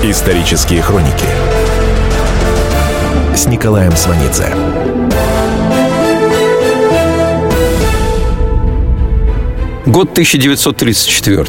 Исторические хроники с Николаем Сванидзе. Год 1934.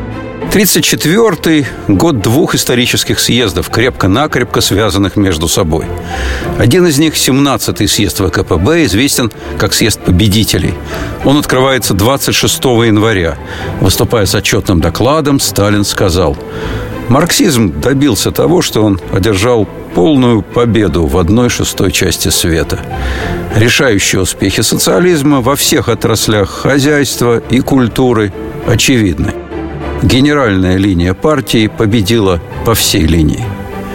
1934 – год двух исторических съездов, крепко-накрепко связанных между собой. Один из них, 17-й съезд ВКПБ, известен как съезд победителей. Он открывается 26 января. Выступая с отчетным докладом, Сталин сказал: «Марксизм добился того, что он одержал полную победу в 1/6 части света. Решающие успехи социализма во всех отраслях хозяйства и культуры очевидны. Генеральная линия партии победила по всей линии».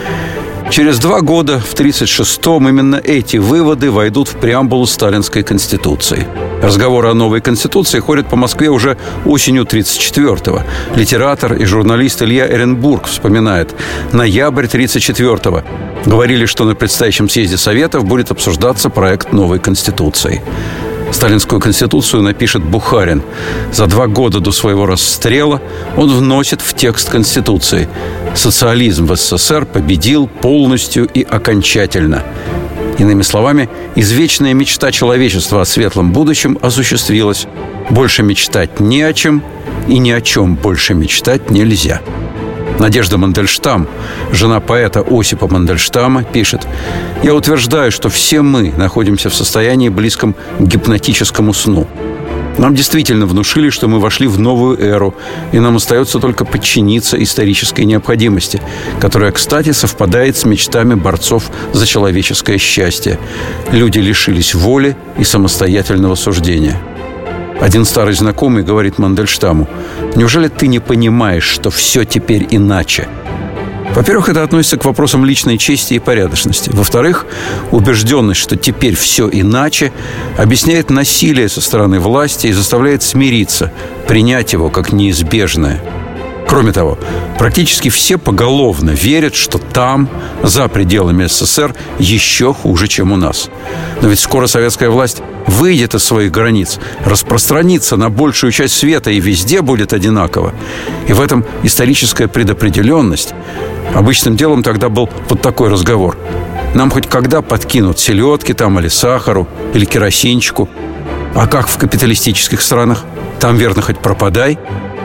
Через 2 года, в 1936-м, именно эти выводы войдут в преамбулу Сталинской Конституции. Разговоры о новой Конституции ходят по Москве уже осенью 1934-го. Литератор и журналист Илья Эренбург вспоминает: ноябрь 1934-го. Говорили, что на предстоящем съезде Советов будет обсуждаться проект новой Конституции. Сталинскую Конституцию напишет Бухарин. За 2 года до своего расстрела он вносит в текст Конституции: социализм в СССР победил полностью и окончательно. Иными словами, извечная мечта человечества о светлом будущем осуществилась. Больше мечтать не о чем, и ни о чем больше мечтать нельзя. Надежда Мандельштам, жена поэта Осипа Мандельштама, пишет: «Я утверждаю, что все мы находимся в состоянии, близком к гипнотическому сну. Нам действительно внушили, что мы вошли в новую эру, и нам остается только подчиниться исторической необходимости, которая, кстати, совпадает с мечтами борцов за человеческое счастье. Люди лишились воли и самостоятельного суждения». Один старый знакомый говорит Мандельштаму: «Неужели ты не понимаешь, что все теперь иначе?» Во-первых, это относится к вопросам личной чести и порядочности. Во-вторых, убежденность, что теперь все иначе, объясняет насилие со стороны власти и заставляет смириться, принять его как неизбежное. Кроме того, практически все поголовно верят, что там, за пределами СССР, еще хуже, чем у нас. Но ведь скоро советская власть выйдет из своих границ, распространится на большую часть света, и везде будет одинаково. И в этом историческая предопределенность. Обычным делом тогда был вот такой разговор: нам хоть когда подкинут селедки там, или сахару, или керосинчику? А как в капиталистических странах? Там, верно, хоть пропадай.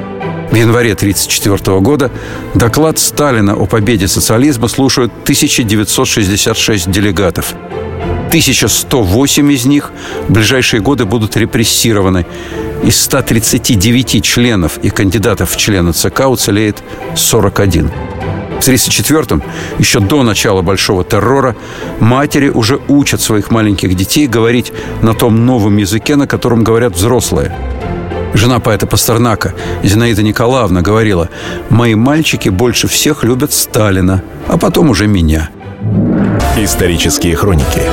В январе 1934 года доклад Сталина о победе социализма слушают 1966 делегатов. 1108 из них в ближайшие годы будут репрессированы. Из 139 членов и кандидатов в члены ЦК уцелеет 41. В 1934-м, еще до начала Большого террора, матери уже учат своих маленьких детей говорить на том новом языке, на котором говорят взрослые. Жена поэта Пастернака, Зинаида Николаевна, говорила: «Мои мальчики больше всех любят Сталина, а потом уже меня». Исторические хроники.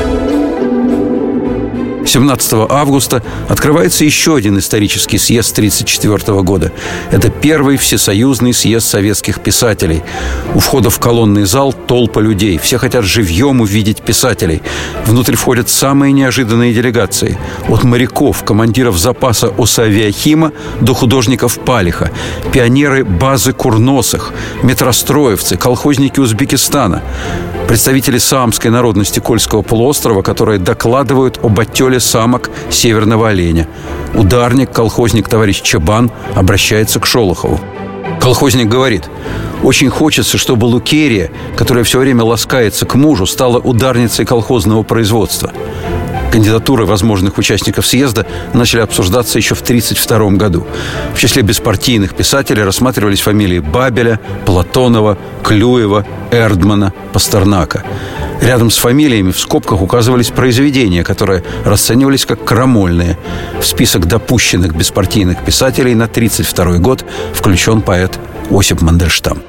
17 августа открывается еще один исторический съезд 1934 года. Это первый всесоюзный съезд советских писателей. У входа в колонный зал толпа людей. Все хотят живьем увидеть писателей. Внутрь входят самые неожиданные делегации. От моряков, командиров запаса Осавиахима до художников Палиха. Пионеры базы Курносых, метростроевцы, колхозники Узбекистана. Представители саамской народности Кольского полуострова, которые докладывают об оттеле самок северного оленя. Ударник, колхозник товарищ Чабан обращается к Шолохову. Колхозник говорит: «Очень хочется, чтобы Лукерия, которая все время ласкается к мужу, стала ударницей колхозного производства». Кандидатуры возможных участников съезда начали обсуждаться еще в 1932 году. В числе беспартийных писателей рассматривались фамилии Бабеля, Платонова, Клюева, Эрдмана, Пастернака. Рядом с фамилиями в скобках указывались произведения, которые расценивались как крамольные. В список допущенных беспартийных писателей на 1932 год включен поэт Осип Мандельштам.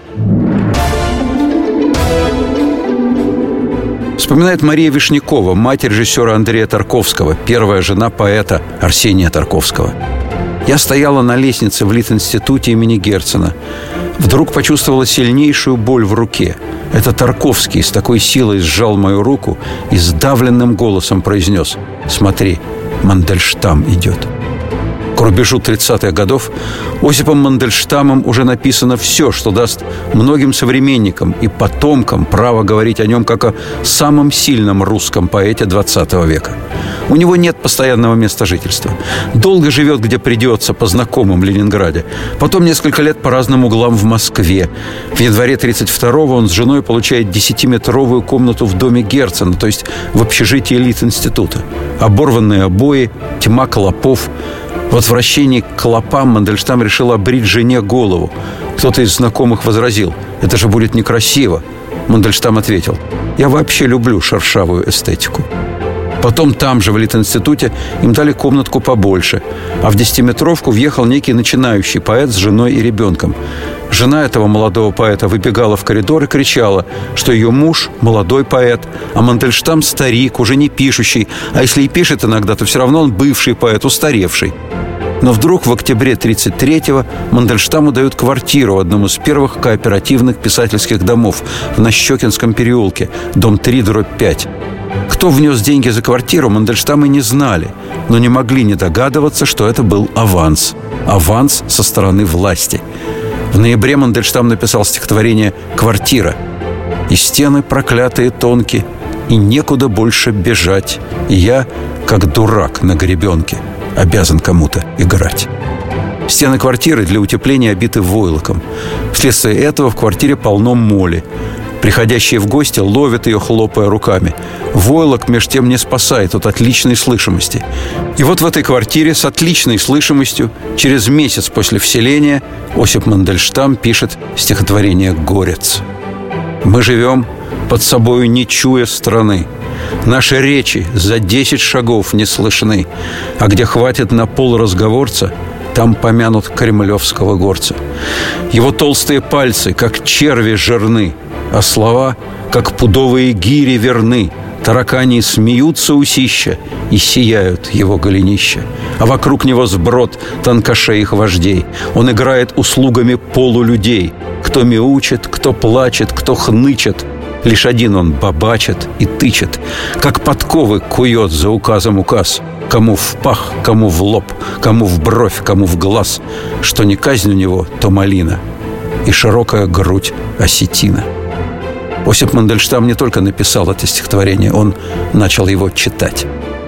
Вспоминает Мария Вишнякова, мать режиссера Андрея Тарковского, первая жена поэта Арсения Тарковского. «Я стояла на лестнице в Литинституте имени Герцена. Вдруг почувствовала сильнейшую боль в руке. Это Тарковский с такой силой сжал мою руку и сдавленным голосом произнес: «Смотри, Мандельштам идет». К рубежу 30-х годов Осипом Мандельштамом уже написано все, что даст многим современникам и потомкам право говорить о нем как о самом сильном русском поэте 20 века. У него нет постоянного места жительства. Долго живет, где придется, по знакомым в Ленинграде. Потом несколько лет по разным углам в Москве. В январе 32-го он с женой получает 10-метровую комнату в доме Герцена, то есть в общежитии Литинститута. Оборванные обои, тьма клопов. В отвращении к клопам Мандельштам решил обрить жене голову. Кто-то из знакомых возразил: «Это же будет некрасиво». Мандельштам ответил: «Я вообще люблю шершавую эстетику». Потом там же, в Литинституте, им дали комнатку побольше. А в 10-метровку въехал некий начинающий поэт с женой и ребенком. Жена этого молодого поэта выбегала в коридор и кричала, что ее муж – молодой поэт, а Мандельштам – старик, уже не пишущий. А если и пишет иногда, то все равно он бывший поэт, устаревший. Но вдруг в октябре 1933-го Мандельштаму дают квартиру в одном из первых кооперативных писательских домов в Нащекинском переулке, дом 3/5. Кто внес деньги за квартиру, Мандельштамы не знали, но не могли не догадываться, что это был аванс. Аванс со стороны власти. В ноябре Мандельштам написал стихотворение «Квартира». «И стены проклятые тонкие, и некуда больше бежать, и я, как дурак на гребенке, обязан кому-то играть». Стены квартиры для утепления обиты войлоком. Вследствие этого в квартире полно моли. Приходящие в гости ловят ее, хлопая руками. Войлок, меж тем, не спасает от отличной слышимости. И вот в этой квартире с отличной слышимостью через месяц после вселения Осип Мандельштам пишет стихотворение «Горец». «Мы живем, под собою не чуя страны. Наши речи за 10 шагов не слышны. А где хватит на полразговорца, там помянут кремлевского горца. Его толстые пальцы, как черви жирны, а слова, как пудовые гири, верны. Таракани смеются усища и сияют его голенища. А вокруг него сброд тонкошеих вождей. Он играет услугами полулюдей. Кто мяучит, кто плачет, кто хнычет. Лишь один он бабачит и тычет. Как подковы кует за указом указ. Кому в пах, кому в лоб, кому в бровь, кому в глаз. Что не казнь у него, то малина. И широкая грудь осетина». Осип Мандельштам не только написал это стихотворение, он начал его читать.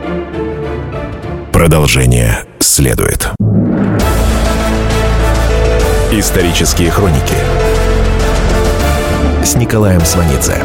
Продолжение следует. Исторические хроники с Николаем Сванидзе.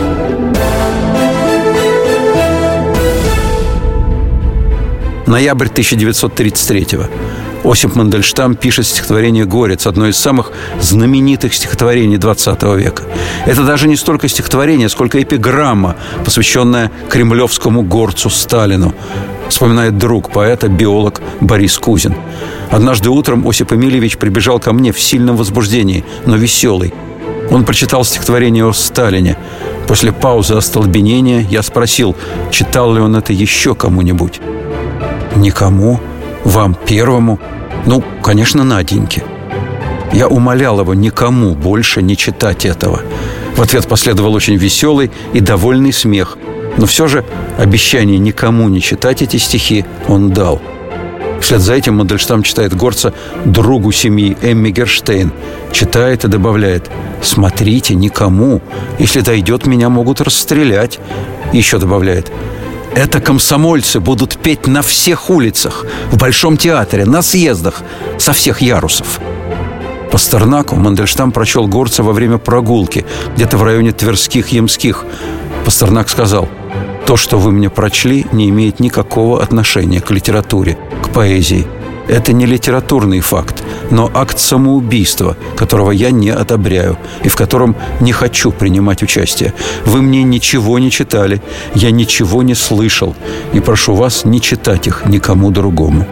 Ноябрь 1933-го. Осип Мандельштам пишет стихотворение «Горец», одно из самых знаменитых стихотворений XX века. Это даже не столько стихотворение, сколько эпиграмма, посвященная кремлевскому горцу Сталину, вспоминает друг поэта, биолог Борис Кузин. «Однажды утром Осип Эмильевич прибежал ко мне в сильном возбуждении, но веселый. Он прочитал стихотворение о Сталине. После паузы остолбенения я спросил, читал ли он это еще кому-нибудь. «Никому? Вам первому? Ну, конечно, Наденьке». Я умолял его никому больше не читать этого. В ответ последовал очень веселый и довольный смех. Но все же обещание никому не читать эти стихи он дал. Вслед за этим Мандельштам читает горца другу семьи Эмми Герштейн. Читает и добавляет: «Смотрите, никому. Если дойдет, меня могут расстрелять». И еще добавляет: «Это комсомольцы будут петь на всех улицах, в Большом театре, на съездах, со всех ярусов». Пастернаку Мандельштам прочел горца во время прогулки, где-то в районе Тверских-Ямских. Пастернак сказал: «То, что вы мне прочли, не имеет никакого отношения к литературе, к поэзии. Это не литературный факт, но акт самоубийства, которого я не одобряю и в котором не хочу принимать участие. Вы мне ничего не читали, я ничего не слышал, и прошу вас не читать их никому другому».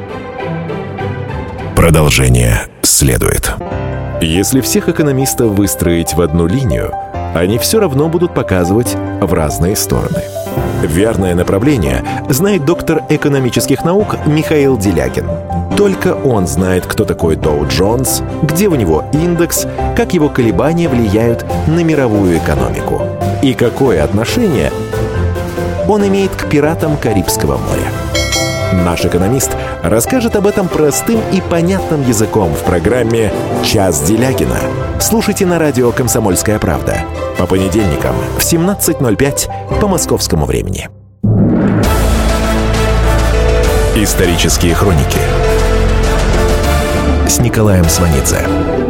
Продолжение следует. Если всех экономистов выстроить в одну линию, они все равно будут показывать в разные стороны. Верное направление знает доктор экономических наук Михаил Делякин. Только он знает, кто такой Доу Джонс, где у него индекс, как его колебания влияют на мировую экономику и какое отношение он имеет к пиратам Карибского моря. Наш экономист расскажет об этом простым и понятным языком в программе «Час Делягина». Слушайте на радио «Комсомольская правда» по понедельникам в 17:05 по московскому времени. Исторические хроники с Николаем Сванидзе.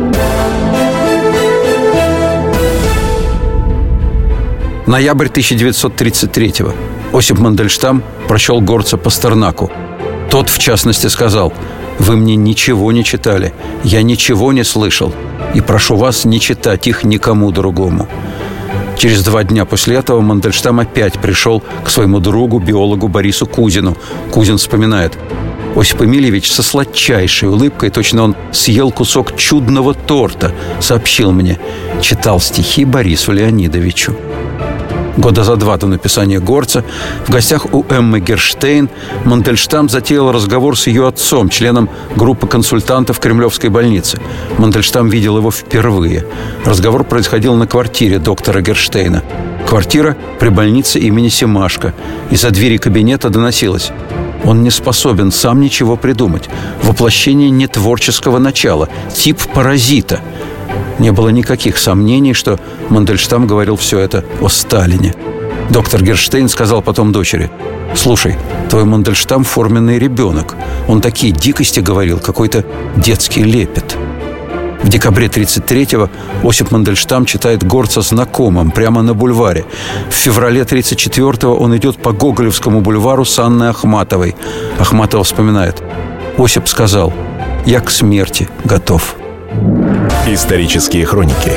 Ноябрь 1933-го. Осип Мандельштам прочел Горца Пастернаку. Тот, в частности, сказал: «Вы мне ничего не читали, я ничего не слышал, и прошу вас не читать их никому другому». Через 2 дня после этого Мандельштам опять пришел к своему другу, биологу Борису Кузину. Кузин вспоминает: «Осип Эмильевич со сладчайшей улыбкой, точно он съел кусок чудного торта, сообщил мне: читал стихи Борису Леонидовичу». Года за 2 до написания «Горца» в гостях у Эммы Герштейн Мандельштам затеял разговор с ее отцом, членом группы консультантов Кремлевской больницы. Мандельштам видел его впервые. Разговор происходил на квартире доктора Герштейна. Квартира при больнице имени Семашко. Из-за двери кабинета доносилось: «Он не способен сам ничего придумать. Воплощение нетворческого начала. Тип паразита». Не было никаких сомнений, что Мандельштам говорил все это о Сталине. Доктор Герштейн сказал потом дочери: «Слушай, твой Мандельштам форменный ребенок. Он такие дикости говорил, какой-то детский лепет». В декабре 1933-го Осип Мандельштам читает Горца знакомым прямо на бульваре. В феврале 1934-го он идет по Гоголевскому бульвару с Анной Ахматовой. Ахматова вспоминает: «Осип сказал: я к смерти готов». Исторические хроники.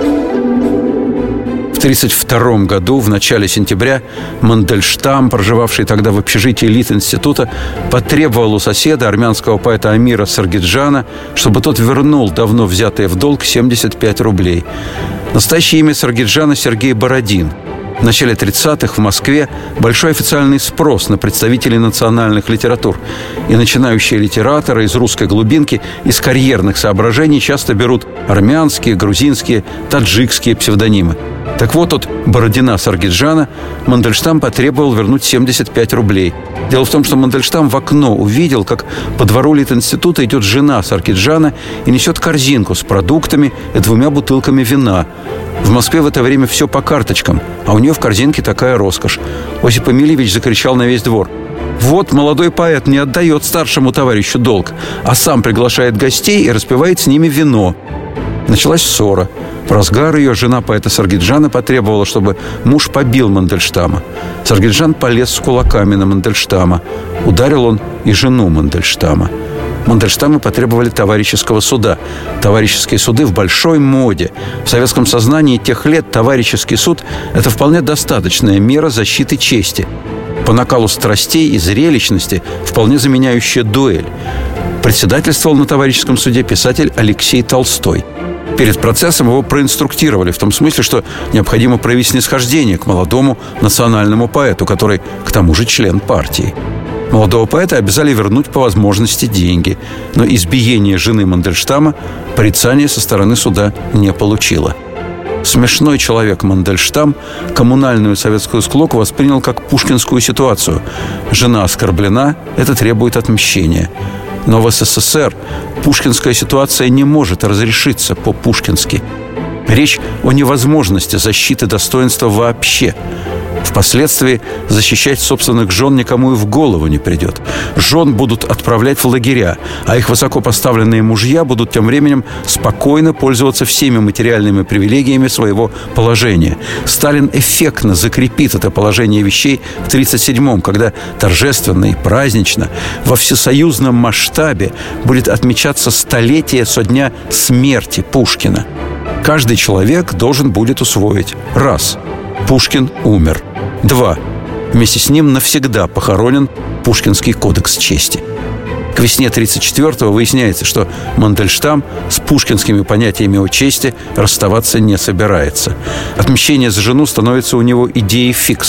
В 1932 году, в начале сентября, Мандельштам, проживавший тогда в общежитии Литинститута, потребовал у соседа, армянского поэта Амира Саргиджана, чтобы тот вернул давно взятые в долг 75 рублей. Настоящее имя Саргиджана — Сергей Бородин. В начале 30-х в Москве большой официальный спрос на представителей национальных литератур. И начинающие литераторы из русской глубинки из карьерных соображений часто берут армянские, грузинские, таджикские псевдонимы. Так вот, от Бородина Саргиджана Мандельштам потребовал вернуть 75 рублей. Дело в том, что Мандельштам в окно увидел, как по двору Литинститута идет жена Саргиджана и несет корзинку с продуктами и 2 бутылками вина. В Москве в это время все по карточкам, а у нее в корзинке такая роскошь. Осип Эмильевич закричал на весь двор: «Вот молодой поэт не отдает старшему товарищу долг, а сам приглашает гостей и распивает с ними вино». Началась ссора. В разгар ее жена поэта Саргиджана потребовала, чтобы муж побил Мандельштама. Саргиджан полез с кулаками на Мандельштама. Ударил он и жену Мандельштама. Мандельштама потребовали товарищеского суда. Товарищеские суды в большой моде. В советском сознании тех лет товарищеский суд – это вполне достаточная мера защиты чести. По накалу страстей и зрелищности вполне заменяющая дуэль. Председательствовал на товарищеском суде писатель Алексей Толстой. Перед процессом его проинструктировали в том смысле, что необходимо проявить снисхождение к молодому национальному поэту, который, к тому же, член партии. Молодого поэта обязали вернуть по возможности деньги, но избиение жены Мандельштама порицания со стороны суда не получило. Смешной человек Мандельштам коммунальную советскую склоку воспринял как пушкинскую ситуацию. Жена оскорблена, это требует отмщения. Но в СССР пушкинская ситуация не может разрешиться по-пушкински. Речь о невозможности защиты достоинства вообще. Впоследствии защищать собственных жен никому и в голову не придет. Жен будут отправлять в лагеря, а их высокопоставленные мужья будут тем временем спокойно пользоваться всеми материальными привилегиями своего положения. Сталин эффектно закрепит это положение вещей в 1937-м, когда торжественно и празднично во всесоюзном масштабе будет отмечаться столетие со дня смерти Пушкина. Каждый человек должен будет усвоить: раз – Пушкин умер. 2. Вместе с ним навсегда похоронен Пушкинский кодекс чести. К весне 1934-го выясняется, что Мандельштам с пушкинскими понятиями о чести расставаться не собирается. Отмщение за жену становится у него идеей фикс.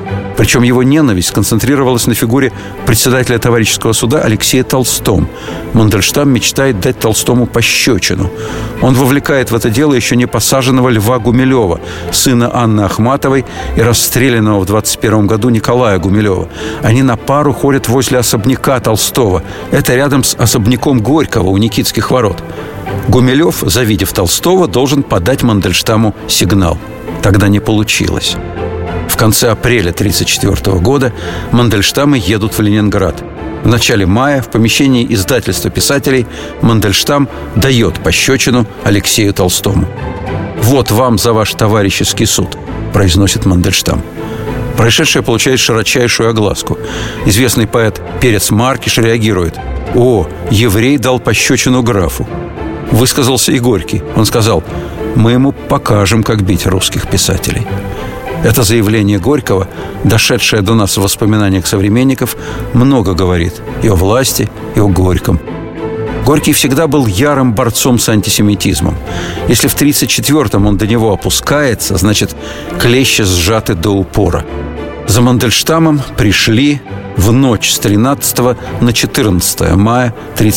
Причем его ненависть концентрировалась на фигуре председателя товарищеского суда Алексея Толстом. Мандельштам мечтает дать Толстому пощечину. Он вовлекает в это дело еще не посаженного Льва Гумилева, сына Анны Ахматовой и расстрелянного в 21 году Николая Гумилева. Они на пару ходят возле особняка Толстого. Это рядом с особняком Горького у Никитских ворот. Гумилев, завидев Толстого, должен подать Мандельштаму сигнал. Тогда не получилось. В конце апреля 1934 года Мандельштамы едут в Ленинград. В начале мая в помещении издательства писателей Мандельштам дает пощечину Алексею Толстому. «Вот вам за ваш товарищеский суд», – произносит Мандельштам. Происшедшее получает широчайшую огласку. Известный поэт Перец Маркиш реагирует: «О, еврей дал пощечину графу». Высказался и Горький. Он сказал: «Мы ему покажем, как бить русских писателей». Это заявление Горького, дошедшее до нас в воспоминаниях современников, много говорит и о власти, и о Горьком. Горький всегда был ярым борцом с антисемитизмом. Если в 1934-м он до него опускается, значит, клещи сжаты до упора. За Мандельштамом пришли в ночь с 13 на 14 мая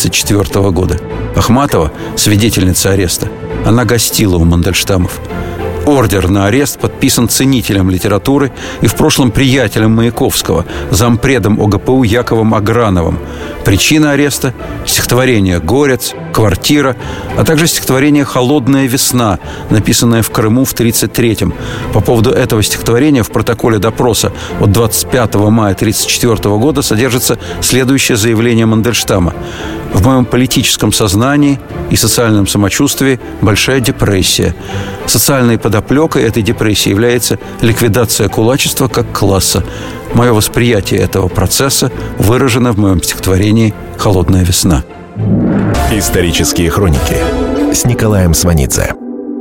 1934 года. Ахматова, свидетельница ареста, она гостила у Мандельштамов. Ордер на арест подписан ценителем литературы и в прошлом приятелем Маяковского, зампредом ОГПУ Яковом Аграновым. Причина ареста – стихотворение «Горец», «Квартира», а также стихотворение «Холодная весна», написанное в Крыму в 1933-м. По поводу этого стихотворения в протоколе допроса от 25 мая 1934 года содержится следующее заявление Мандельштама: «В моем политическом сознании и социальном самочувствии большая депрессия. Социальной подоплекой этой депрессии является ликвидация кулачества как класса. Мое восприятие этого процесса выражено в моем стихотворении «Холодная весна». Исторические хроники с Николаем Сванидзе.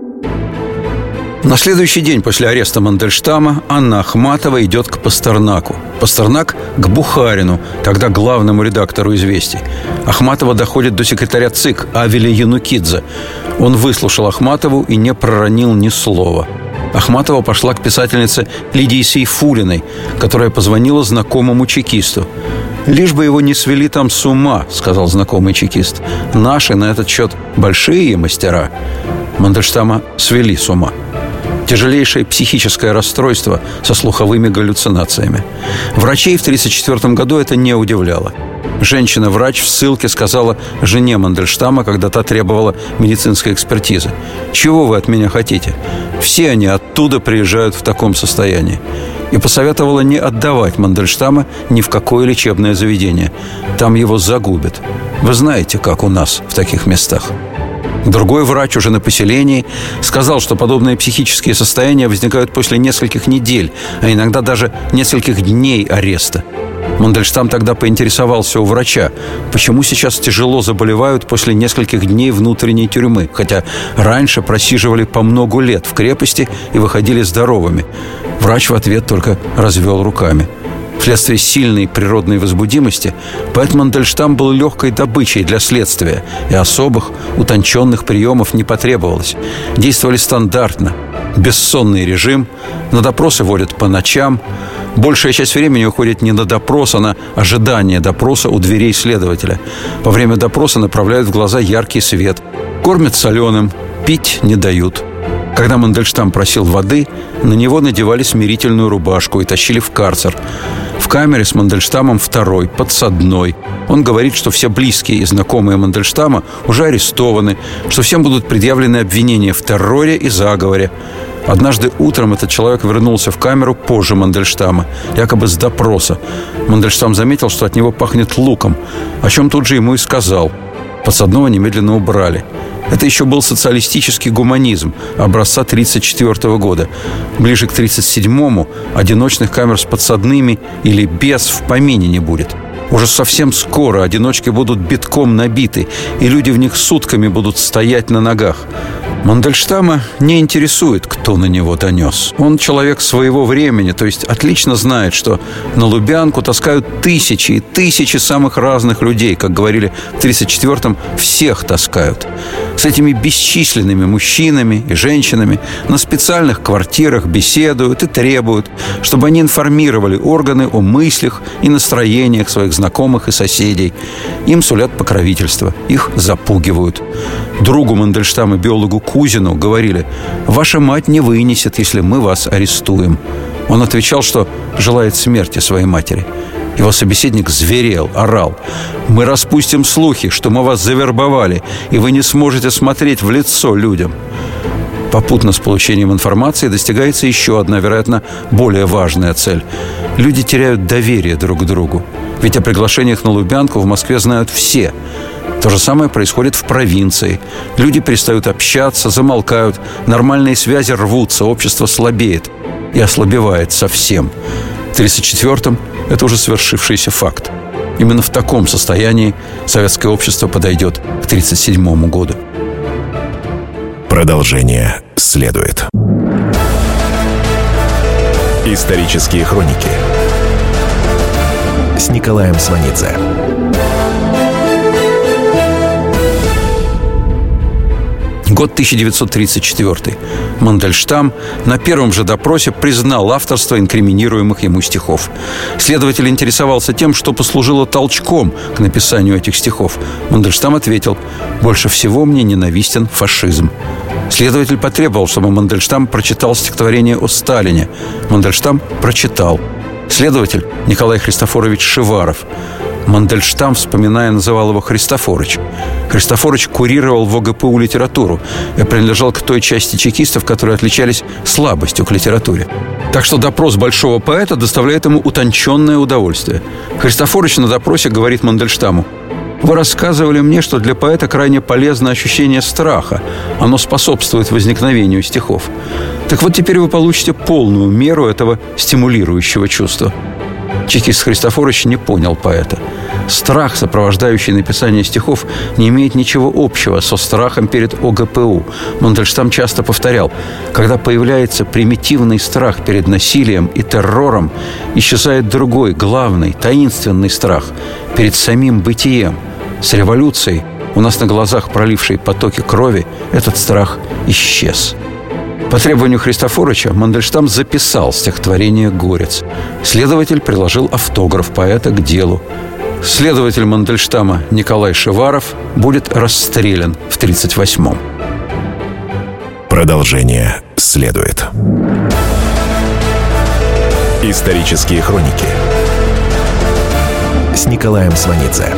На следующий день после ареста Мандельштама Анна Ахматова идет к Пастернаку. Пастернак к Бухарину, тогда главному редактору «Известий». Ахматова доходит до секретаря ЦИК Авеля Янукидзе. Он выслушал Ахматову и не проронил ни слова. Ахматова пошла к писательнице Лидии Сейфуллиной, которая позвонила знакомому чекисту. «Лишь бы его не свели там с ума», — сказал знакомый чекист. «Наши на этот счет большие мастера». Мандельштама свели с ума. Тяжелейшее психическое расстройство со слуховыми галлюцинациями. Врачей в 1934 году это не удивляло. Женщина-врач в ссылке сказала жене Мандельштама, когда та требовала медицинской экспертизы: «Чего вы от меня хотите? Все они оттуда приезжают в таком состоянии». И посоветовала не отдавать Мандельштама ни в какое лечебное заведение. Там его загубят. Вы знаете, как у нас в таких местах. Другой врач уже на поселении сказал, что подобные психические состояния возникают после нескольких недель, а иногда даже нескольких дней ареста. Мандельштам тогда поинтересовался у врача, почему сейчас тяжело заболевают после нескольких дней внутренней тюрьмы, хотя раньше просиживали по много лет в крепости и выходили здоровыми. Врач в ответ только развел руками. Вследствие сильной природной возбудимости поэт Мандельштам был легкой добычей для следствия, и особых, утонченных приемов не потребовалось. Действовали стандартно. Бессонный режим, на допросы водят по ночам. Большая часть времени уходит не на допрос, а на ожидание допроса у дверей следователя. Во время допроса направляют в глаза яркий свет. Кормят соленым, пить не дают. Когда Мандельштам просил воды, на него надевали смирительную рубашку и тащили в карцер. В камере с Мандельштамом второй, подсадной. Он говорит, что все близкие и знакомые Мандельштама уже арестованы, что всем будут предъявлены обвинения в терроре и заговоре. Однажды утром этот человек вернулся в камеру позже Мандельштама, якобы с допроса. Мандельштам заметил, что от него пахнет луком, о чем тут же ему и сказал. Подсадного немедленно убрали. Это еще был социалистический гуманизм образца 1934 года. Ближе к 1937-му одиночных камер с подсадными или без в помине не будет. Уже совсем скоро одиночки будут битком набиты, и люди в них сутками будут стоять на ногах. Мандельштама не интересует, кто на него донес. Он человек своего времени, то есть отлично знает, что на Лубянку таскают тысячи и тысячи самых разных людей. Как говорили в 1934-м, всех таскают. С этими бесчисленными мужчинами и женщинами на специальных квартирах беседуют и требуют, чтобы они информировали органы о мыслях и настроениях своих знакомых и соседей. Им сулят покровительство, их запугивают. Другу Мандельштама, биологу Кузину, говорили: «Ваша мать не вынесет, если мы вас арестуем». Он отвечал, что желает смерти своей матери. Его собеседник зверел, орал: «Мы распустим слухи, что мы вас завербовали, и вы не сможете смотреть в лицо людям». Попутно с получением информации достигается еще одна, вероятно, более важная цель. Люди теряют доверие друг к другу. Ведь о приглашениях на Лубянку в Москве знают все. То же самое происходит в провинции. Люди перестают общаться, замолкают, нормальные связи рвутся, общество слабеет и ослабевает совсем. В 1934-м это уже свершившийся факт. Именно в таком состоянии советское общество подойдет к 1937 году. Продолжение следует. Исторические хроники с Николаем Сванидзе. Год 1934. Мандельштам на первом же допросе признал авторство инкриминируемых ему стихов. Следователь интересовался тем, что послужило толчком к написанию этих стихов. Мандельштам ответил: «Больше всего мне ненавистен фашизм». Следователь потребовал, чтобы Мандельштам прочитал стихотворение о Сталине. Мандельштам прочитал. Следователь Николай Христофорович Шиваров. Мандельштам, вспоминая, называл его Христофорыч. Христофорыч курировал в ОГПУ литературу и принадлежал к той части чекистов, которые отличались слабостью к литературе. Так что допрос большого поэта доставляет ему утонченное удовольствие. Христофорыч на допросе говорит Мандельштаму: «Вы рассказывали мне, что для поэта крайне полезно ощущение страха. Оно способствует возникновению стихов. Так вот, теперь вы получите полную меру этого стимулирующего чувства». Чекист Христофорыч не понял поэта. Страх, сопровождающий написание стихов, не имеет ничего общего со страхом перед ОГПУ. Мандельштам часто повторял: когда появляется примитивный страх перед насилием и террором, исчезает другой, главный, таинственный страх перед самим бытием. С революцией, у нас на глазах пролившей потоки крови, этот страх исчез. По требованию Христофорыча Мандельштам записал стихотворение «Горец». Следователь приложил автограф поэта к делу. Следователь Мандельштама Николай Шиваров будет расстрелян в 1938-м. Продолжение следует. Исторические хроники с Николаем Сванидзе.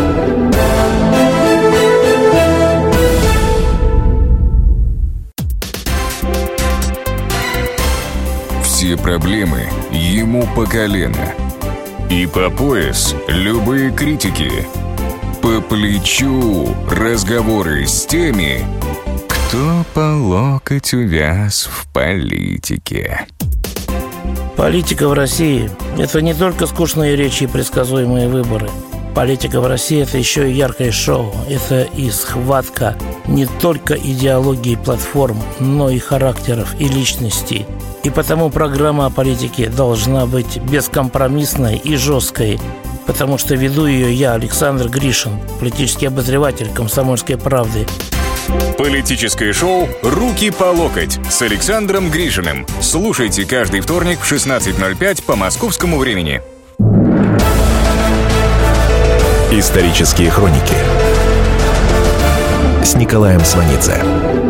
Все проблемы ему по колено. И по пояс любые критики. По плечу разговоры с теми, кто по локоть увяз в политике. Политика в России – это не только скучные речи и предсказуемые выборы. Политика в России – это еще и яркое шоу. Это и схватка не только идеологии платформ, но и характеров и личностей. И потому программа о политике должна быть бескомпромиссной и жесткой, потому что веду ее я, Александр Гришин, политический обозреватель «Комсомольской правды». Политическое шоу «Руки по локоть» с Александром Гришиным. Слушайте каждый вторник в 16:05 по московскому времени. Исторические хроники с Николаем Сванидзе.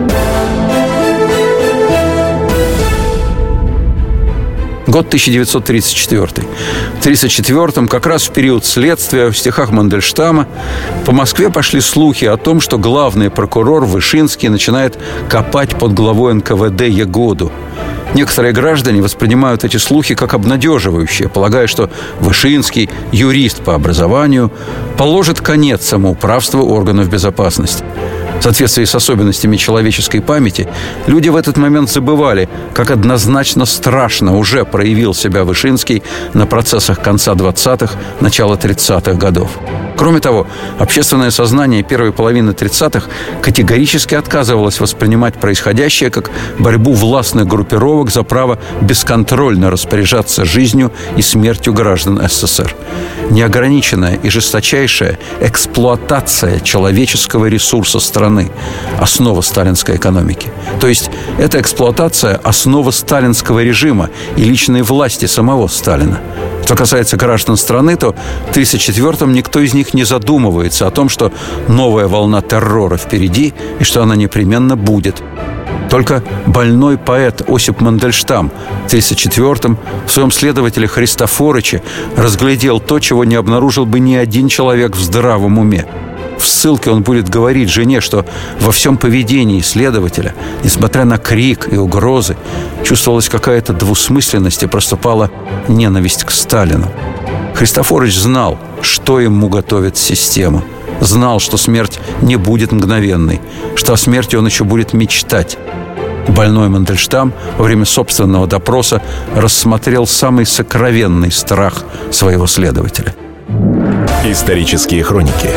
Год 1934. В 1934-м, как раз в период следствия, в стихах Мандельштама, по Москве пошли слухи о том, что главный прокурор Вышинский начинает копать под главой НКВД Ягоду. Некоторые граждане воспринимают эти слухи как обнадеживающие, полагая, что Вышинский, юрист по образованию, положит конец самоуправству органов безопасности. В соответствии с особенностями человеческой памяти, люди в этот момент забывали, как однозначно страшно уже проявил себя Вышинский на процессах конца 20-х, начала 30-х годов. Кроме того, общественное сознание первой половины 30-х категорически отказывалось воспринимать происходящее как борьбу властных группировок за право бесконтрольно распоряжаться жизнью и смертью граждан СССР. Неограниченная и жесточайшая эксплуатация человеческого ресурса страны – основа сталинской экономики. То есть эта эксплуатация – основа сталинского режима и личной власти самого Сталина. Что касается граждан страны, то в 1934-м никто из них не задумывается о том, что новая волна террора впереди и что она непременно будет. Только больной поэт Осип Мандельштам в 1934-м в своем следователе Христофорыче разглядел то, чего не обнаружил бы ни один человек в здравом уме. В ссылке он будет говорить жене, что во всем поведении следователя, несмотря на крик и угрозы, чувствовалась какая-то двусмысленность и проступала ненависть к Сталину. Христофорыч знал, что ему готовит система. Знал, что смерть не будет мгновенной, что о смерти он еще будет мечтать. Больной Мандельштам во время собственного допроса рассмотрел самый сокровенный страх своего следователя. Исторические хроники.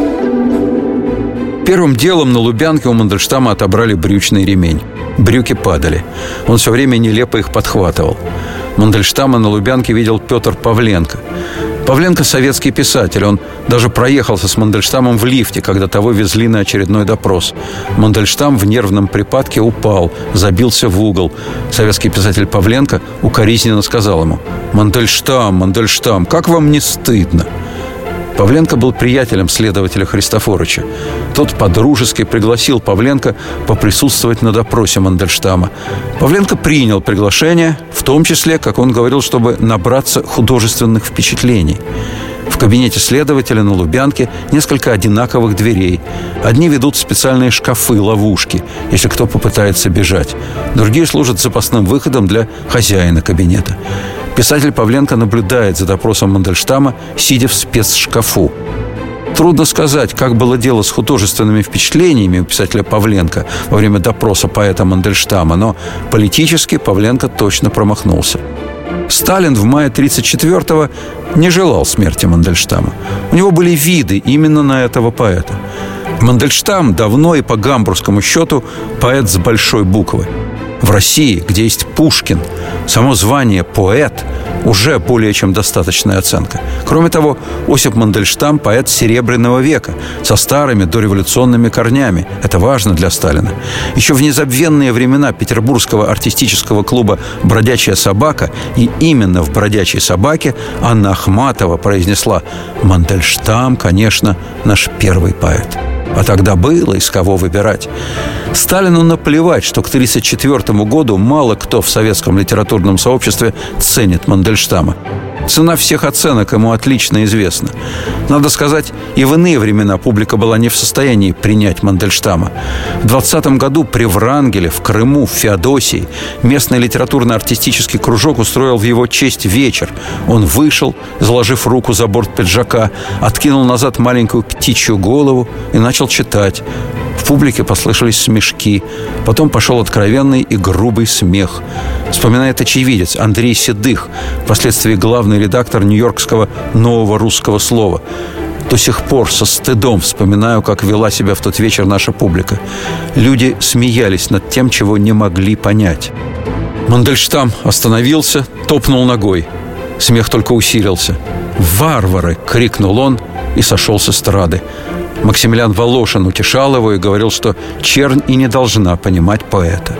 Первым делом на Лубянке у Мандельштама отобрали брючный ремень. Брюки падали. Он все время нелепо их подхватывал. Мандельштама на Лубянке видел Петр Павленко. Павленко – советский писатель. Он даже проехался с Мандельштамом в лифте, когда того везли на очередной допрос. Мандельштам в нервном припадке упал, забился в угол. Советский писатель Павленко укоризненно сказал ему: «Мандельштам, Мандельштам, как вам не стыдно?» Павленко был приятелем следователя Христофорыча. Тот подружески пригласил Павленко поприсутствовать на допросе Мандельштама. Павленко принял приглашение, в том числе, как он говорил, чтобы набраться художественных впечатлений. В кабинете следователя на Лубянке несколько одинаковых дверей. Одни ведут в специальные шкафы-ловушки, если кто попытается бежать. Другие служат запасным выходом для хозяина кабинета. Писатель Павленко наблюдает за допросом Мандельштама, сидя в спецшкафу. Трудно сказать, как было дело с художественными впечатлениями у писателя Павленко во время допроса поэта Мандельштама, но политически Павленко точно промахнулся. Сталин в мае 1934-го не желал смерти Мандельштама. У него были виды именно на этого поэта. Мандельштам давно и по гамбургскому счету поэт с большой буквы. В России, где есть Пушкин, само звание «поэт» уже более чем достаточная оценка. Кроме того, Осип Мандельштам – поэт Серебряного века со старыми дореволюционными корнями. Это важно для Сталина. Еще в незабвенные времена петербургского артистического клуба «Бродячая собака» и именно в «Бродячей собаке» Анна Ахматова произнесла: «Мандельштам, конечно, наш первый поэт». А тогда было из кого выбирать. Сталину наплевать, что к 1934 году мало кто в советском литературном сообществе ценит Мандельштама. Цена всех оценок ему отлично известна. Надо сказать, и в иные времена публика была не в состоянии принять Мандельштама. В 20 году при Врангеле, в Крыму, в Феодосии местный литературно-артистический кружок устроил в его честь вечер. Он вышел, заложив руку за борт пиджака, откинул назад маленькую птичью голову и начал читать. В публике послышались смешки. Потом пошел откровенный и грубый смех. Вспоминает очевидец Андрей Седых, впоследствии главный редактор нью-йоркского «Нового русского слова». До сих пор со стыдом вспоминаю, как вела себя в тот вечер наша публика. Люди смеялись над тем, чего не могли понять. Мандельштам остановился, топнул ногой. Смех только усилился. «Варвары!» — крикнул он и сошел с эстрады. Максимилиан Волошин утешал его и говорил, что чернь и не должна понимать поэта.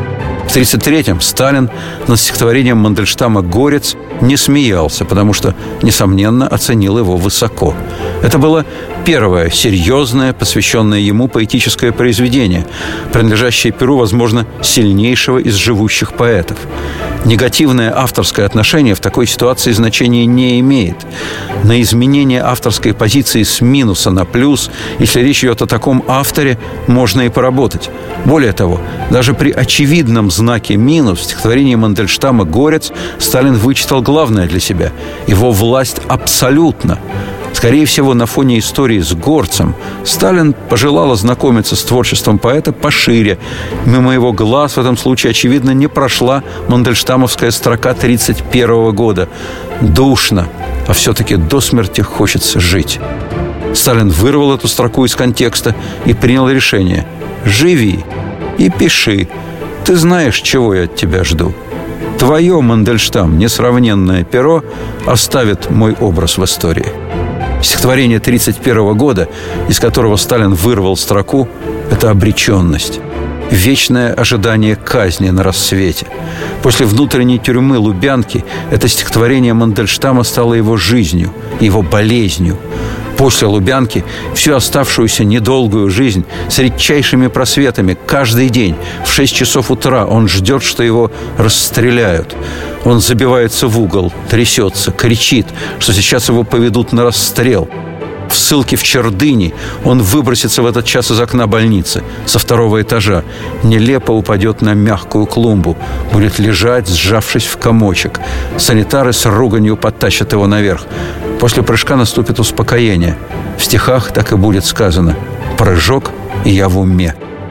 В 1933-м Сталин над стихотворением Мандельштама «Горец» не смеялся, потому что, несомненно, оценил его высоко. Это было первое серьезное, посвященное ему поэтическое произведение, принадлежащее перу, возможно, сильнейшего из живущих поэтов. Негативное авторское отношение в такой ситуации значения не имеет. На изменение авторской позиции с минуса на плюс, если речь идет о таком авторе, можно и поработать. Более того, даже при очевидном знаке минус в стихотворении Мандельштама «Горец» Сталин вычитал главное для себя – его власть абсолютна. С Скорее всего, на фоне истории с Горцем Сталин пожелал ознакомиться с творчеством поэта пошире. Мимо его глаз в этом случае, очевидно, не прошла мандельштамовская строка 1931 года. «Душно, а все-таки до смерти хочется жить». Сталин вырвал эту строку из контекста и принял решение: «Живи и пиши. Ты знаешь, чего я от тебя жду. Твое, Мандельштам, несравненное перо оставит мой образ в истории». Стихотворение 1931 года, из которого Сталин вырвал строку, это обреченность. Вечное ожидание казни на рассвете. После внутренней тюрьмы Лубянки это стихотворение Мандельштама стало его жизнью, его болезнью. После Лубянки всю оставшуюся недолгую жизнь с редчайшими просветами каждый день в 6 часов утра он ждет, что его расстреляют. Он забивается в угол, трясется, кричит, что сейчас его поведут на расстрел. В ссылке в Чердыни он выбросится в этот час из окна больницы со 2-го этажа, нелепо упадет на мягкую клумбу, будет лежать, сжавшись в комочек. Санитары с руганью подтащат его наверх. После прыжка наступит успокоение. В стихах так и будет сказано: «Прыжок, и я в уме».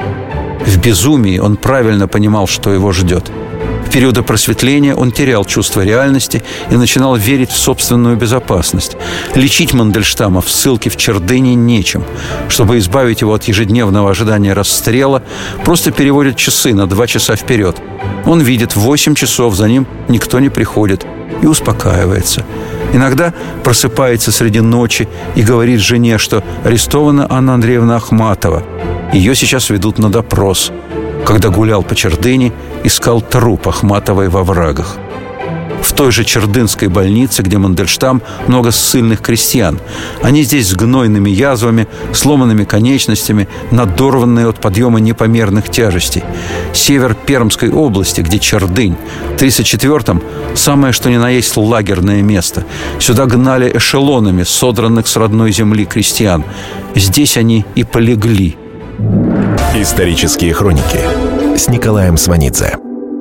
В безумии он правильно понимал, что его ждет. В периоды просветления он терял чувство реальности и начинал верить в собственную безопасность. Лечить Мандельштама в ссылке в Чердыни нечем. Чтобы избавить его от ежедневного ожидания расстрела, просто переводят часы на 2 часа вперед. Он видит: 8 часов, за ним никто не приходит, и успокаивается. Иногда просыпается среди ночи и говорит жене, что арестована Анна Андреевна Ахматова. Ее сейчас ведут на допрос. Когда гулял по Чердыни, искал труп Ахматовой во врагах. В той же Чердынской больнице, где Мандельштам, много ссыльных крестьян. Они здесь с гнойными язвами, сломанными конечностями, надорванные от подъема непомерных тяжестей. Север Пермской области, где Чердынь. В 1934-м самое что ни на есть лагерное место. Сюда гнали эшелонами содранных с родной земли крестьян. Здесь они и полегли. Исторические хроники с Николаем Сванидзе.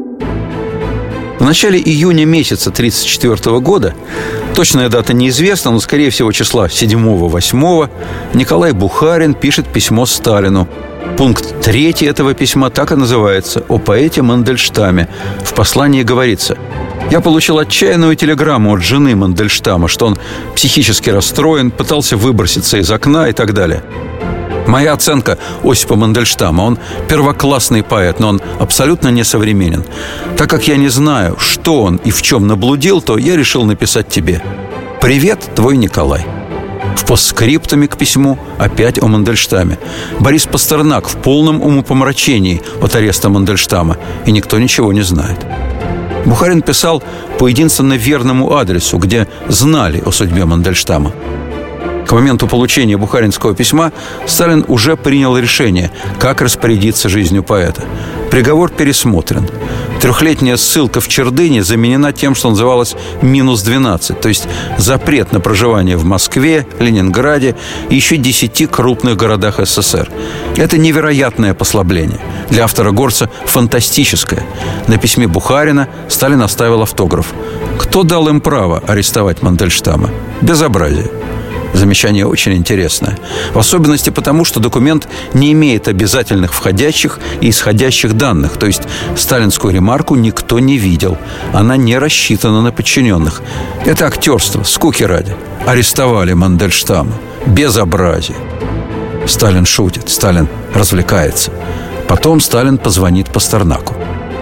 В начале июня месяца 1934 года, точная дата неизвестна, но, скорее всего, числа 7-8, Николай Бухарин пишет письмо Сталину. Пункт 3 этого письма так и называется: «О поэте Мандельштаме». В послании говорится: «Я получил отчаянную телеграмму от жены Мандельштама, что он психически расстроен, пытался выброситься из окна и так далее. Моя оценка Осипа Мандельштама: он первоклассный поэт, но он абсолютно несовременен. Так как я не знаю, что он и в чем наблудил, то я решил написать тебе. Привет, твой Николай». В постскриптуме к письму опять о Мандельштаме. Борис Пастернак в полном умопомрачении от ареста Мандельштама, и никто ничего не знает. Бухарин писал по единственно верному адресу, где знали о судьбе Мандельштама. К моменту получения бухаринского письма Сталин уже принял решение, как распорядиться жизнью поэта. Приговор пересмотрен. 3-летняя ссылка в Чердыни заменена тем, что называлось «-12», то есть запрет на проживание в Москве, Ленинграде и еще 10 крупных городах СССР. Это невероятное послабление. Для автора Горца фантастическое. На письме Бухарина Сталин оставил автограф. Кто дал им право арестовать Мандельштама? Безобразие. Замечание очень интересное. В особенности потому, что документ не имеет обязательных входящих и исходящих данных. То есть сталинскую ремарку никто не видел. Она не рассчитана на подчиненных. Это актерство, скуки ради. Арестовали Мандельштама. Безобразие. Сталин шутит, Сталин развлекается. Потом Сталин позвонит Пастернаку.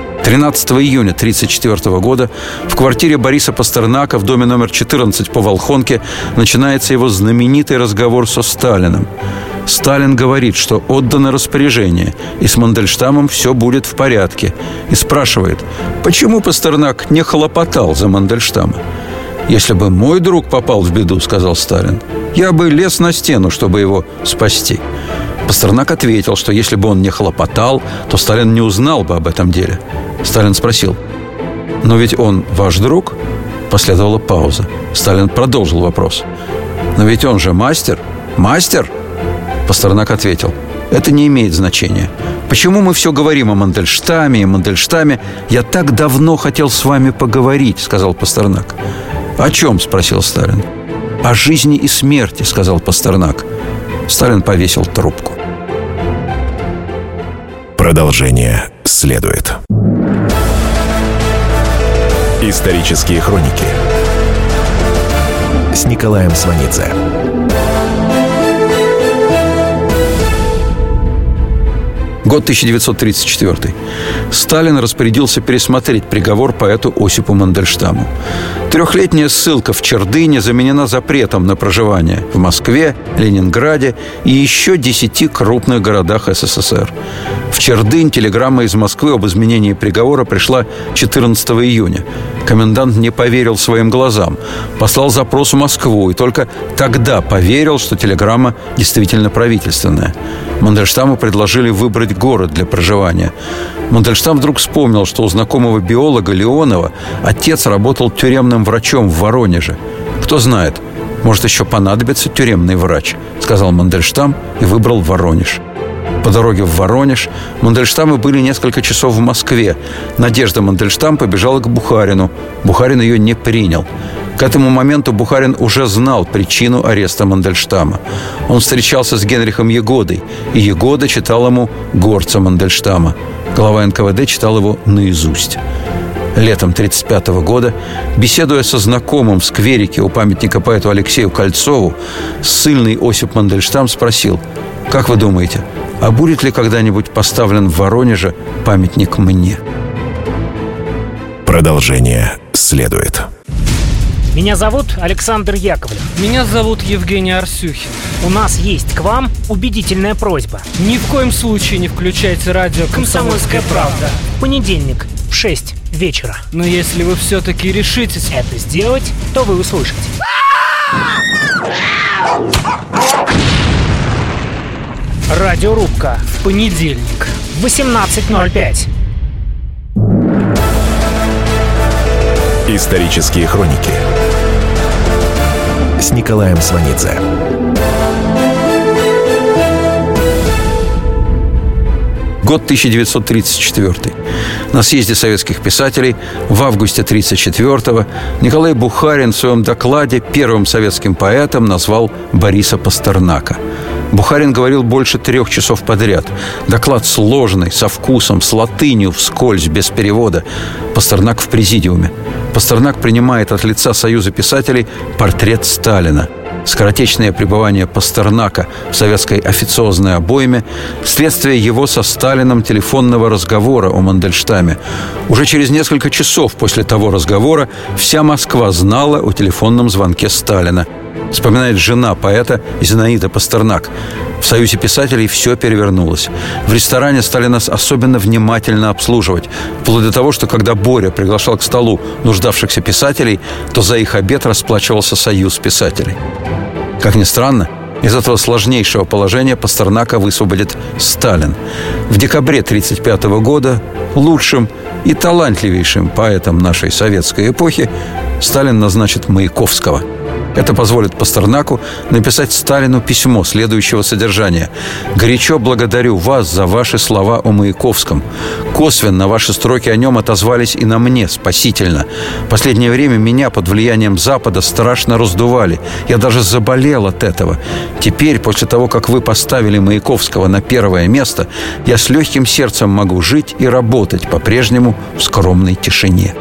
13 июня 1934 года в квартире Бориса Пастернака в доме номер 14 по Волхонке начинается его знаменитый разговор со Сталиным. Сталин говорит, что отдано распоряжение, и с Мандельштамом все будет в порядке. И спрашивает, почему Пастернак не хлопотал за Мандельштама. «Если бы мой друг попал в беду, — сказал Сталин, — я бы лез на стену, чтобы его спасти». Пастернак ответил, что если бы он не хлопотал, то Сталин не узнал бы об этом деле. Сталин спросил: «Но ведь он ваш друг?» Последовала пауза. Сталин продолжил вопрос: «Но ведь он же мастер. Мастер?» Пастернак ответил: «Это не имеет значения. Почему мы все говорим о Мандельштаме и Мандельштаме? Я так давно хотел с вами поговорить», — сказал Пастернак. «О чем?» — спросил Сталин. о жизни и смерти», — сказал Пастернак. Сталин повесил трубку. Продолжение следует. Исторические хроники с Николаем Сванидзе. Год 1934. Сталин распорядился пересмотреть приговор поэту Осипу Мандельштаму. 3-летняя ссылка в Чердыне заменена запретом на проживание в Москве, Ленинграде и еще 10 крупных городах СССР. В Чердынь телеграмма из Москвы об изменении приговора пришла 14 июня. Комендант не поверил своим глазам, послал запрос в Москву и только тогда поверил, что телеграмма действительно правительственная. Мандельштаму предложили выбрать город для проживания. Мандельштам вдруг вспомнил, что у знакомого биолога Леонова отец работал тюремным врачом в Воронеже. «Кто знает, может, еще понадобится тюремный врач», — сказал Мандельштам и выбрал Воронеж. По дороге в Воронеж Мандельштамы были несколько часов в Москве. Надежда Мандельштам побежала к Бухарину. Бухарин ее не принял. К этому моменту Бухарин уже знал причину ареста Мандельштама. Он встречался с Генрихом Ягодой, и Ягода читал ему «Горца Мандельштама». Глава НКВД читал его наизусть. Летом 1935 года, беседуя со знакомым в скверике у памятника поэту Алексею Кольцову, ссыльный Осип Мандельштам спросил: «Как вы думаете, а будет ли когда-нибудь поставлен в Воронеже памятник мне?» Продолжение следует. Меня зовут Александр Яковлев. Меня зовут Евгений Арсюхин. У нас есть к вам убедительная просьба. Ни в коем случае не включайте радио «Комсомольская правда» в понедельник в 6 вечера. Но если вы все-таки решитесь это сделать, то вы услышите. Радиорубка в понедельник в 18:05. Исторические хроники с Николаем Сванидзе. Год 1934. На съезде советских писателей в августе 1934-го Николай Бухарин в своем докладе первым советским поэтом назвал Бориса Пастернака. Бухарин говорил больше 3 часов подряд. Доклад сложный, со вкусом, с латынью, вскользь, без перевода. Пастернак в президиуме. Пастернак принимает от лица Союза писателей портрет Сталина. Скоротечное пребывание Пастернака в советской официозной обойме – следствие его со Сталином телефонного разговора о Мандельштаме. Уже через несколько часов после того разговора вся Москва знала о телефонном звонке Сталина. Вспоминает жена поэта Зинаида Пастернак. В Союзе писателей все перевернулось. В ресторане стали нас особенно внимательно обслуживать. Вплоть до того, что когда Боря приглашал к столу нуждавшихся писателей, то за их обед расплачивался Союз писателей. Как ни странно, из этого сложнейшего положения Пастернака высвободит Сталин. В декабре 1935 года лучшим и талантливейшим поэтом нашей советской эпохи Сталин назначит Маяковского. Это позволит Пастернаку написать Сталину письмо следующего содержания: «Горячо благодарю вас за ваши слова о Маяковском. Косвенно ваши строки о нем отозвались и на мне спасительно. Последнее время меня под влиянием Запада страшно раздували. Я даже заболел от этого. Теперь, после того, как вы поставили Маяковского на первое место, я с легким сердцем могу жить и работать по-прежнему в скромной тишине».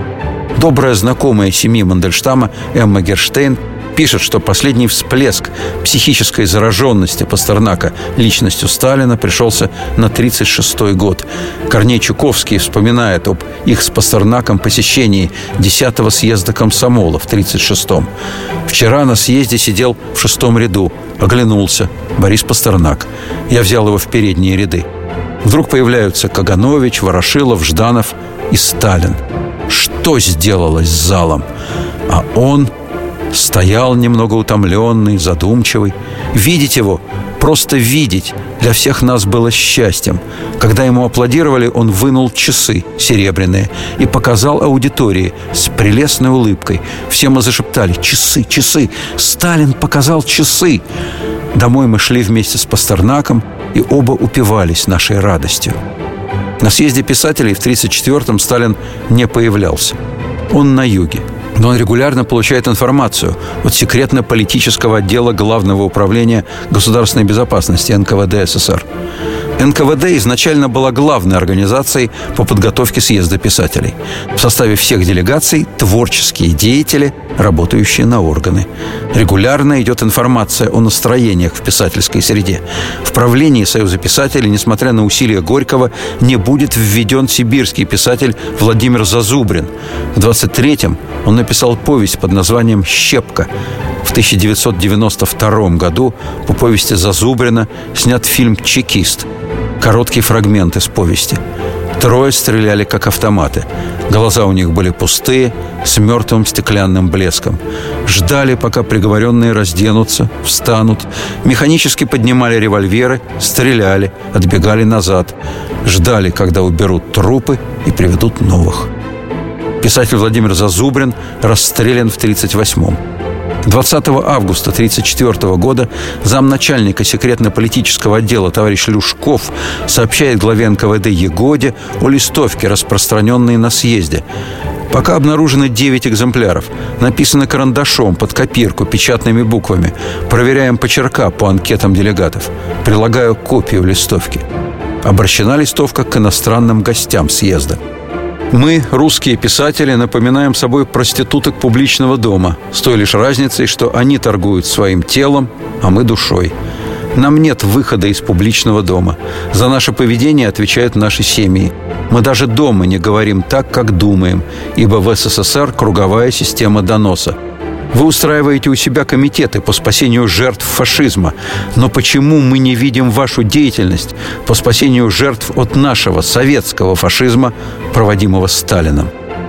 Добрая знакомая семьи Мандельштама Эмма Герштейн пишет, что последний всплеск психической зараженности Пастернака личностью Сталина пришелся на 1936 год. Корней Чуковский вспоминает об их с Пастернаком посещении 10-го съезда комсомола в 1936-м. «Вчера на съезде сидел в 6-м ряду. Оглянулся. Борис Пастернак. Я взял его в передние ряды. Вдруг появляются Каганович, Ворошилов, Жданов и Сталин. Что сделалось с залом? А он стоял немного утомленный, задумчивый. Видеть его, просто видеть, для всех нас было счастьем. Когда ему аплодировали, он вынул часы серебряные и показал аудитории с прелестной улыбкой. Все мы зашептали: «Часы, часы! Сталин показал часы!» Домой мы шли вместе с Пастернаком, и оба упивались нашей радостью. На съезде писателей в 1934-м Сталин не появлялся. Он на юге. Но он регулярно получает информацию от секретно-политического отдела Главного управления государственной безопасности НКВД СССР. НКВД изначально была главной организацией по подготовке съезда писателей. В составе всех делегаций творческие деятели, работающие на органы. Регулярно идет информация о настроениях в писательской среде. В правлении Союза писателей, несмотря на усилия Горького, не будет введен сибирский писатель Владимир Зазубрин. В 23-м он написал повесть под названием «Щепка». В 1992 году по повести Зазубрина снят фильм «Чекист». Короткий фрагмент из повести. Трое стреляли, как автоматы. Глаза у них были пустые, с мертвым стеклянным блеском. Ждали, пока приговоренные разденутся, встанут. Механически поднимали револьверы, стреляли, отбегали назад. Ждали, когда уберут трупы и приведут новых. Писатель Владимир Зазубрин расстрелян в 1938-м. 20 августа 1934 года замначальника секретно-политического отдела товарищ Люшков сообщает главе НКВД Егоде о листовке, распространенной на съезде. Пока обнаружено 9 экземпляров. Написано карандашом, под копирку, печатными буквами. Проверяем почерка по анкетам делегатов. Прилагаю копию листовки. Обращена листовка к иностранным гостям съезда. Мы, русские писатели, напоминаем собой проституток публичного дома, с той лишь разницей, что они торгуют своим телом, а мы душой. Нам нет выхода из публичного дома. За наше поведение отвечают наши семьи. Мы даже дома не говорим так, как думаем, ибо в СССР круговая система доноса. Вы устраиваете у себя комитеты по спасению жертв фашизма. Но почему мы не видим вашу деятельность по спасению жертв от нашего советского фашизма, проводимого Сталином?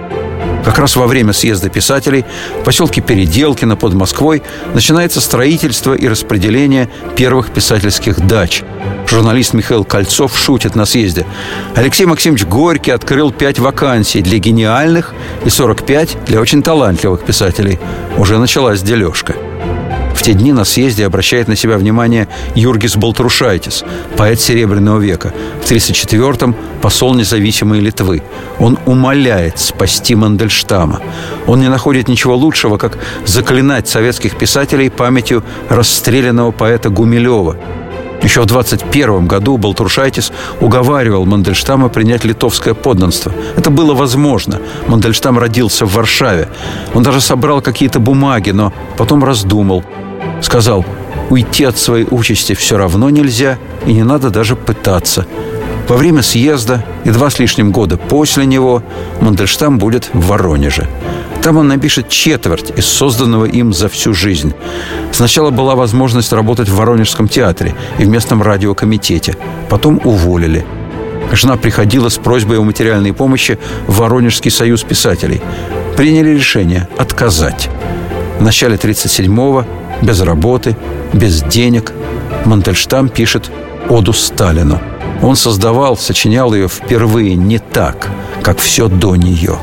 Как раз во время съезда писателей в поселке Переделкино под Москвой начинается строительство и распределение первых писательских дач. Журналист Михаил Кольцов шутит на съезде. Алексей Максимович Горький открыл 5 вакансий для гениальных и 45 для очень талантливых писателей. Уже началась дележка. В те дни на съезде обращает на себя внимание Юргис Балтрушайтис, поэт Серебряного века. В 1934-м посол независимой Литвы. Он умоляет спасти Мандельштама. Он не находит ничего лучшего, как заклинать советских писателей памятью расстрелянного поэта Гумилева. Еще в 1921 году Балтрушайтис уговаривал Мандельштама принять литовское подданство. Это было возможно. Мандельштам родился в Варшаве. Он даже собрал какие-то бумаги, но потом раздумал. Сказал: уйти от своей участи все равно нельзя, и не надо даже пытаться. Во время съезда и 2 с лишним года после него Мандельштам будет в Воронеже. Там он напишет четверть из созданного им за всю жизнь. Сначала была возможность работать в Воронежском театре и в местном радиокомитете. Потом уволили. Жена приходила с просьбой о материальной помощи в Воронежский союз писателей. Приняли решение отказать. В начале 1937-го, без работы, без денег, Мандельштам пишет оду Сталину. Он сочинял ее впервые не так, как все до нее.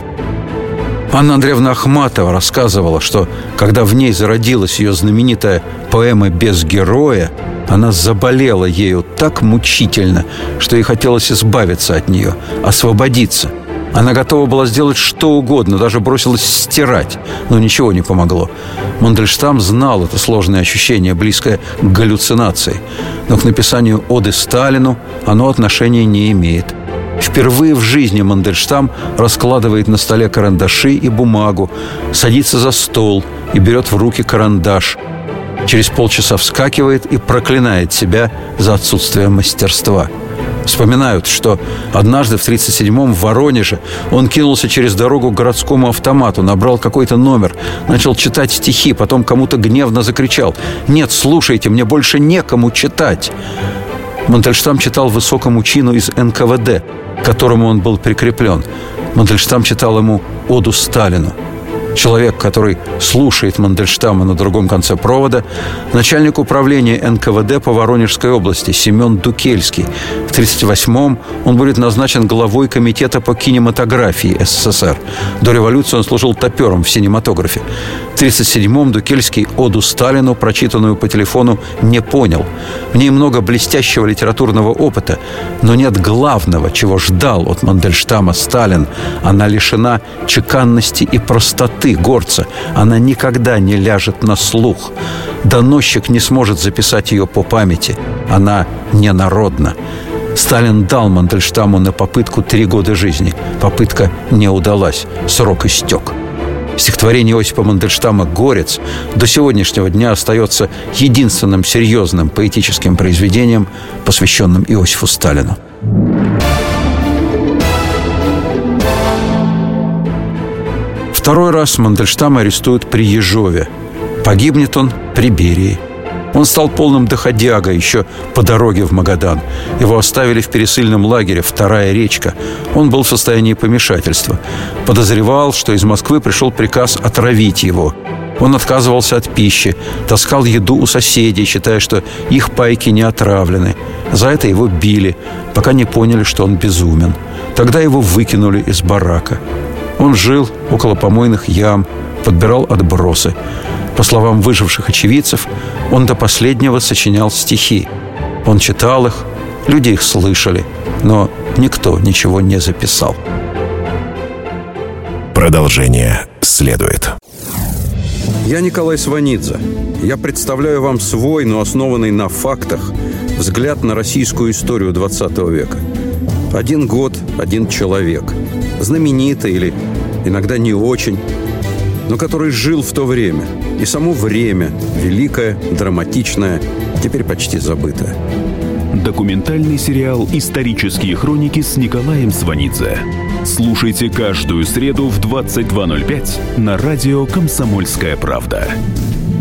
Анна Андреевна Ахматова рассказывала, что когда в ней зародилась ее знаменитая поэма «Без героя», она заболела ею так мучительно, что ей хотелось избавиться от нее, освободиться. Она готова была сделать что угодно, даже бросилась стирать, но ничего не помогло. Мандельштам знал это сложное ощущение, близкое к галлюцинации. Но к написанию оды Сталину оно отношения не имеет. Впервые в жизни Мандельштам раскладывает на столе карандаши и бумагу, садится за стол и берет в руки карандаш. Через полчаса вскакивает и проклинает себя за отсутствие мастерства. Вспоминают, что однажды в 1937-м в Воронеже он кинулся через дорогу к городскому автомату, набрал какой-то номер, начал читать стихи, потом кому-то гневно закричал: «Нет, слушайте, мне больше некому читать!» Мандельштам читал высокому чину из НКВД, к которому он был прикреплен. Мандельштам читал ему оду Сталину. Человек, который слушает Мандельштама на другом конце провода, начальник управления НКВД по Воронежской области Семен Дукельский. В 1938-м он будет назначен главой комитета по кинематографии СССР. До революции он служил топером в синематографе. В 1937-м Дукельский оду Сталину, прочитанную по телефону, не понял. В ней много блестящего литературного опыта, но нет главного, чего ждал от Мандельштама Сталин. Она лишена чеканности и простоты. мечты горца. Она никогда не ляжет на слух. Доносчик не сможет записать ее по памяти. Она ненародна. Сталин дал Мандельштаму на попытку 3 года жизни. Попытка не удалась. Срок истек. Стихотворение Осипа Мандельштама «Горец» до сегодняшнего дня остается единственным серьезным поэтическим произведением, посвященным Иосифу Сталину. Второй раз Мандельштама арестуют при Ежове. Погибнет он при Берии. Он стал полным доходягой еще по дороге в Магадан. Его оставили в пересыльном лагере «Вторая речка». Он был в состоянии помешательства. Подозревал, что из Москвы пришел приказ отравить его. Он отказывался от пищи, таскал еду у соседей, считая, что их пайки не отравлены. За это его били, пока не поняли, что он безумен. Тогда его выкинули из барака. Он жил около помойных ям, подбирал отбросы. По словам выживших очевидцев, он до последнего сочинял стихи. Он читал их, люди их слышали, но никто ничего не записал. Продолжение следует. Я Николай Сванидзе. Я представляю вам свой, но основанный на фактах, взгляд на российскую историю XX века. 1 год, 1 человек. Знаменитый или иногда не очень, но который жил в то время. И само время великое, драматичное, теперь почти забытое. Документальный сериал «Исторические хроники» с Николаем Сванидзе. Слушайте каждую среду в 22:05 на радио «Комсомольская правда».